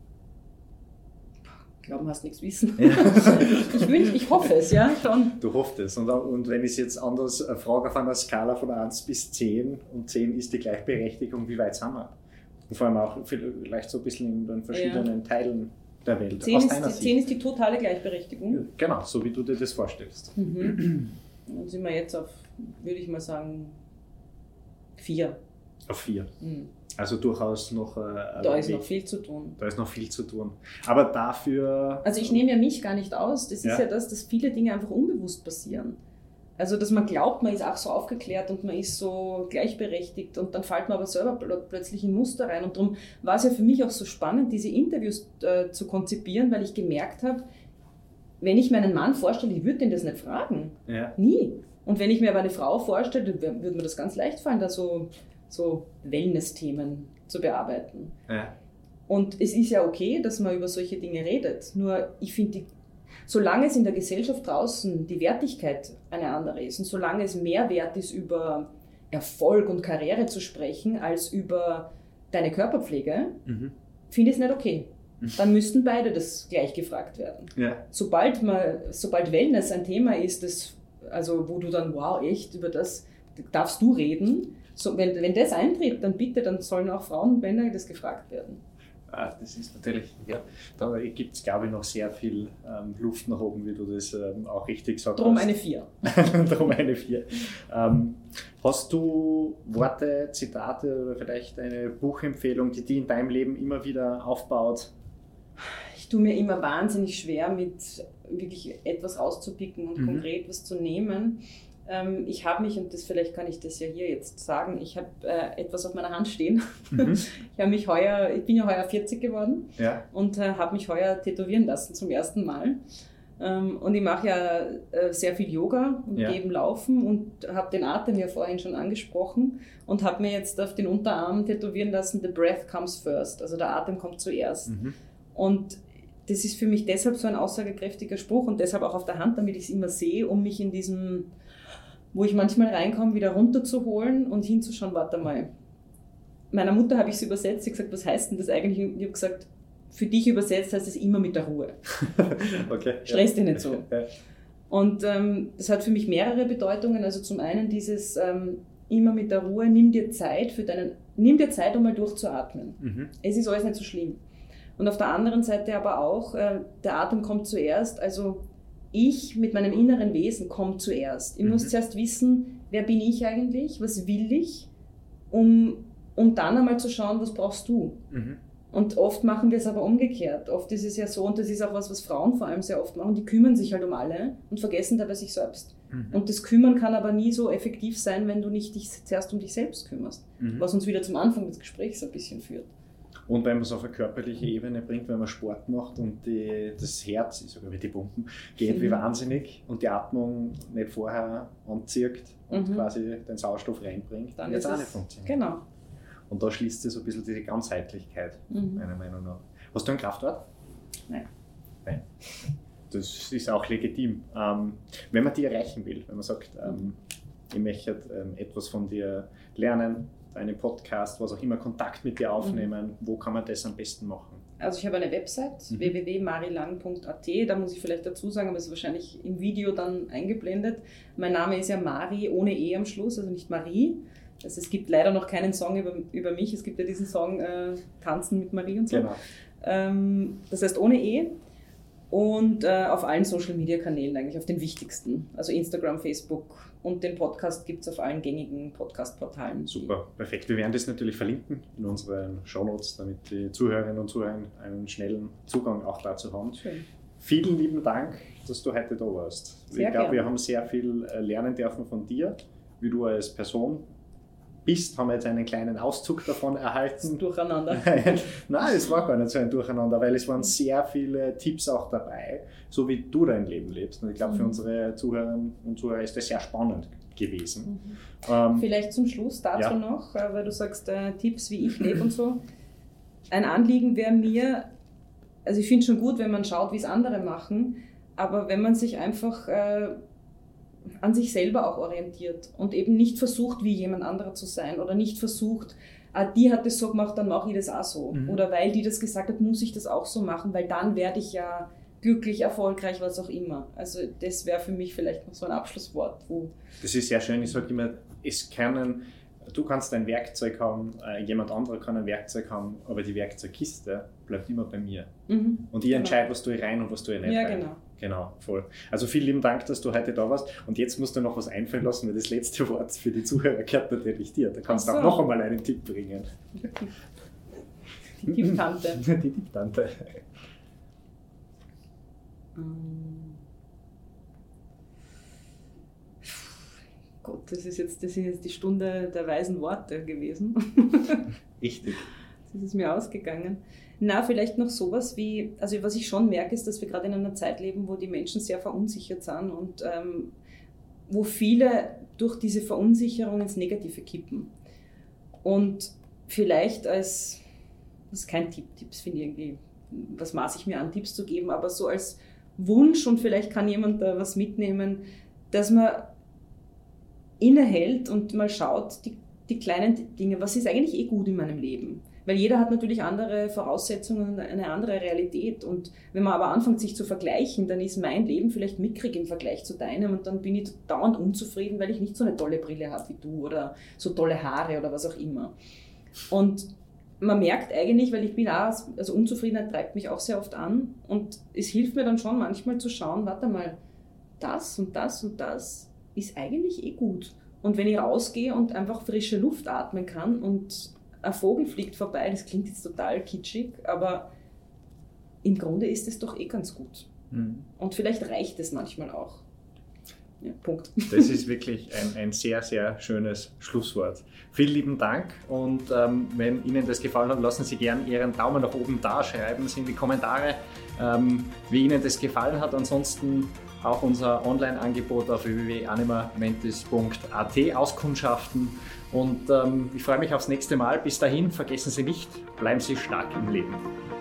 Glauben hast nichts wissen. Ja. ich, wünsch, ich hoffe es, ja, schon. Du hoffst es. Und, und wenn ich es jetzt anders äh, frage, auf einer Skala von eins bis zehn, und zehn ist die Gleichberechtigung, wie weit sind wir? Und vor allem auch vielleicht so ein bisschen in den verschiedenen ja. Teilen der Welt. zehn ist, die, zehn ist die totale Gleichberechtigung. Ja, genau, so wie du dir das vorstellst. Mhm. Dann sind wir jetzt auf, würde ich mal sagen, vier. Auf vier. Mhm. Also durchaus noch... Äh, da ist noch viel zu tun. Da ist noch viel zu tun. Aber dafür... Also ich nehme ja mich gar nicht aus. Das ja. ist ja das, dass viele Dinge einfach unbewusst passieren. Also dass man glaubt, man ist auch so aufgeklärt und man ist so gleichberechtigt und dann fällt man aber selber pl- plötzlich in Muster rein. Und darum war es ja für mich auch so spannend, diese Interviews äh, zu konzipieren, weil ich gemerkt habe, wenn ich mir einen Mann vorstelle, ich würde den das nicht fragen. Ja. Nie. Und wenn ich mir aber eine Frau vorstelle, dann würde mir das ganz leicht fallen, da so... so Wellness-Themen zu bearbeiten. Ja. Und es ist ja okay, dass man über solche Dinge redet. Nur ich finde, solange es in der Gesellschaft draußen die Wertigkeit eine andere ist und solange es mehr wert ist, über Erfolg und Karriere zu sprechen, als über deine Körperpflege, mhm. finde ich es nicht okay. Dann müssten beide das gleich gefragt werden. Ja. Sobald, man, sobald Wellness ein Thema ist, das, also wo du dann, wow, echt, über das darfst du reden. So, wenn, wenn das eintritt, dann bitte, dann sollen auch Frauen und Männer das gefragt werden. Ah, das ist natürlich, ja, da gibt es, glaube ich, noch sehr viel ähm, Luft nach oben, wie du das ähm, auch richtig sagst. Drum eine vier. Drum eine vier. Ähm, hast du Worte, Zitate oder vielleicht eine Buchempfehlung, die die in deinem Leben immer wieder aufbaut? Ich tue mir immer wahnsinnig schwer, mit wirklich etwas rauszupicken und mhm. konkret was zu nehmen. Ich habe mich, und das vielleicht kann ich das ja hier jetzt sagen, ich habe äh, etwas auf meiner Hand stehen. Mhm. Ich habe mich heuer, ich bin ja heuer vierzig geworden ja. und äh, habe mich heuer tätowieren lassen zum ersten Mal. Ähm, und ich mache ja äh, sehr viel Yoga und ja. gehe eben laufen und habe den Atem ja vorhin schon angesprochen und habe mir jetzt auf den Unterarm tätowieren lassen, the breath comes first, also der Atem kommt zuerst. Mhm. Und das ist für mich deshalb so ein aussagekräftiger Spruch und deshalb auch auf der Hand, damit ich es immer sehe, um mich in diesem... wo ich manchmal reinkomme, wieder runterzuholen und hinzuschauen, warte mal. Meiner Mutter habe ich es übersetzt, sie hat gesagt, was heißt denn das eigentlich? Und ich habe gesagt, für dich übersetzt heißt es immer mit der Ruhe. Okay. Stress dich nicht so. Ja. Und ähm, das hat für mich mehrere Bedeutungen. Also zum einen dieses ähm, immer mit der Ruhe, nimm dir Zeit für deinen, nimm dir Zeit, um mal durchzuatmen. Mhm. Es ist alles nicht so schlimm. Und auf der anderen Seite aber auch, äh, der Atem kommt zuerst, also ich mit meinem inneren Wesen komme zuerst. Ich mhm. muss zuerst wissen, wer bin ich eigentlich, was will ich, um, um dann einmal zu schauen, was brauchst du. Mhm. Und oft machen wir es aber umgekehrt. Oft ist es ja so, und das ist auch was, was Frauen vor allem sehr oft machen, die kümmern sich halt um alle und vergessen dabei sich selbst. Mhm. Und das Kümmern kann aber nie so effektiv sein, wenn du nicht dich zuerst um dich selbst kümmerst. Mhm. Was uns wieder zum Anfang des Gesprächs ein bisschen führt. Und wenn man es auf eine körperliche Ebene bringt, wenn man Sport macht und die, das Herz, ich sage wie die Pumpen, geht mhm. wie wahnsinnig und die Atmung nicht vorher anzieht und mhm. quasi den Sauerstoff reinbringt, dann wird es auch nicht funktionieren. Genau. Und da schließt sich so ein bisschen diese Ganzheitlichkeit, mhm. meiner Meinung nach. Hast du einen Kraftort? Nein. Nein. Das ist auch legitim. Ähm, wenn man die erreichen will, wenn man sagt, ähm, ich möchte ähm, etwas von dir lernen, einen Podcast, was auch immer, Kontakt mit dir aufnehmen, mhm. wo kann man das am besten machen? Also ich habe eine Website, mhm. w w w punkt marilang punkt a t, da muss ich vielleicht dazu sagen, aber es ist wahrscheinlich im Video dann eingeblendet. Mein Name ist ja Mari ohne E am Schluss, also nicht Marie. Also es gibt leider noch keinen Song über, über mich. Es gibt ja diesen Song äh, Tanzen mit Marie und so. Genau. Ähm, das heißt ohne E. Und äh, auf allen Social-Media-Kanälen eigentlich, auf den wichtigsten. Also Instagram, Facebook und den Podcast gibt es auf allen gängigen Podcast-Portalen. Super, perfekt. Wir werden das natürlich verlinken in unseren Shownotes, damit die Zuhörerinnen und Zuhörer einen schnellen Zugang auch dazu haben. Schön. Vielen lieben Dank, dass du heute da warst. Sehr ich glaube, gern. wir haben sehr viel lernen dürfen von dir, wie du als Person bist, haben wir jetzt einen kleinen Auszug davon erhalten. Durcheinander. Nein, es war gar nicht so ein Durcheinander, weil es waren sehr viele Tipps auch dabei, so wie du dein Leben lebst. Und ich glaube, für Mhm. unsere Zuhörerinnen und Zuhörer ist das sehr spannend gewesen. Mhm. Ähm, Vielleicht zum Schluss dazu ja. noch, äh, weil du sagst, äh, Tipps, wie ich lebe und so. Ein Anliegen wäre mir, also ich finde es schon gut, wenn man schaut, wie es andere machen, aber wenn man sich einfach äh, an sich selber auch orientiert und eben nicht versucht, wie jemand anderer zu sein oder nicht versucht, ah, die hat das so gemacht, dann mache ich das auch so. Mhm. Oder weil die das gesagt hat, muss ich das auch so machen, weil dann werde ich ja glücklich, erfolgreich, was auch immer. Also das wäre für mich vielleicht noch so ein Abschlusswort. Wo Das ist sehr schön. Ich sage immer, es können, du kannst ein Werkzeug haben, äh, jemand anderer kann ein Werkzeug haben, aber die Werkzeugkiste bleibt immer bei mir. mhm. Und ich Genau. entscheide, was tue ich rein und was tue ich nicht Ja, rein. genau. Genau, voll. Also vielen lieben Dank, dass du heute da warst. Und jetzt musst du noch was einfallen lassen, weil das letzte Wort für die Zuhörer gehört natürlich dir. Da kannst du Ach so. auch noch einmal einen Tipp bringen. Die Tipptante. Die Tipptante. Ähm, Gott, das ist jetzt, das ist jetzt die Stunde der weisen Worte gewesen. Richtig. Das ist mir ausgegangen. Na, vielleicht noch sowas wie, also was ich schon merke, ist, dass wir gerade in einer Zeit leben, wo die Menschen sehr verunsichert sind und ähm, wo viele durch diese Verunsicherung ins Negative kippen. Und vielleicht als, das ist kein Tipp, Tipps finde ich irgendwie, was maße ich mir an, Tipps zu geben, aber so als Wunsch, und vielleicht kann jemand da was mitnehmen, dass man innehält und mal schaut, die, die kleinen Dinge, was ist eigentlich eh gut in meinem Leben? Weil jeder hat natürlich andere Voraussetzungen und eine andere Realität. Und wenn man aber anfängt, sich zu vergleichen, dann ist mein Leben vielleicht mickrig im Vergleich zu deinem und dann bin ich dauernd unzufrieden, weil ich nicht so eine tolle Brille habe wie du oder so tolle Haare oder was auch immer. Und man merkt eigentlich, weil ich bin auch, also Unzufriedenheit treibt mich auch sehr oft an und es hilft mir dann schon manchmal zu schauen, warte mal, das und das und das ist eigentlich eh gut. Und wenn ich rausgehe und einfach frische Luft atmen kann und ein Vogel fliegt vorbei, das klingt jetzt total kitschig, aber im Grunde ist es doch eh ganz gut. Mhm. Und vielleicht reicht es manchmal auch. Ja, Punkt. Das ist wirklich ein, ein sehr, sehr schönes Schlusswort. Vielen lieben Dank und ähm, wenn Ihnen das gefallen hat, lassen Sie gerne Ihren Daumen nach oben da, schreiben Sie in die Kommentare, ähm, wie Ihnen das gefallen hat. Ansonsten auch unser Online-Angebot auf w w w punkt animamentis punkt a t auskundschaften und ähm, ich freue mich aufs nächste Mal. Bis dahin, vergessen Sie nicht, bleiben Sie stark im Leben.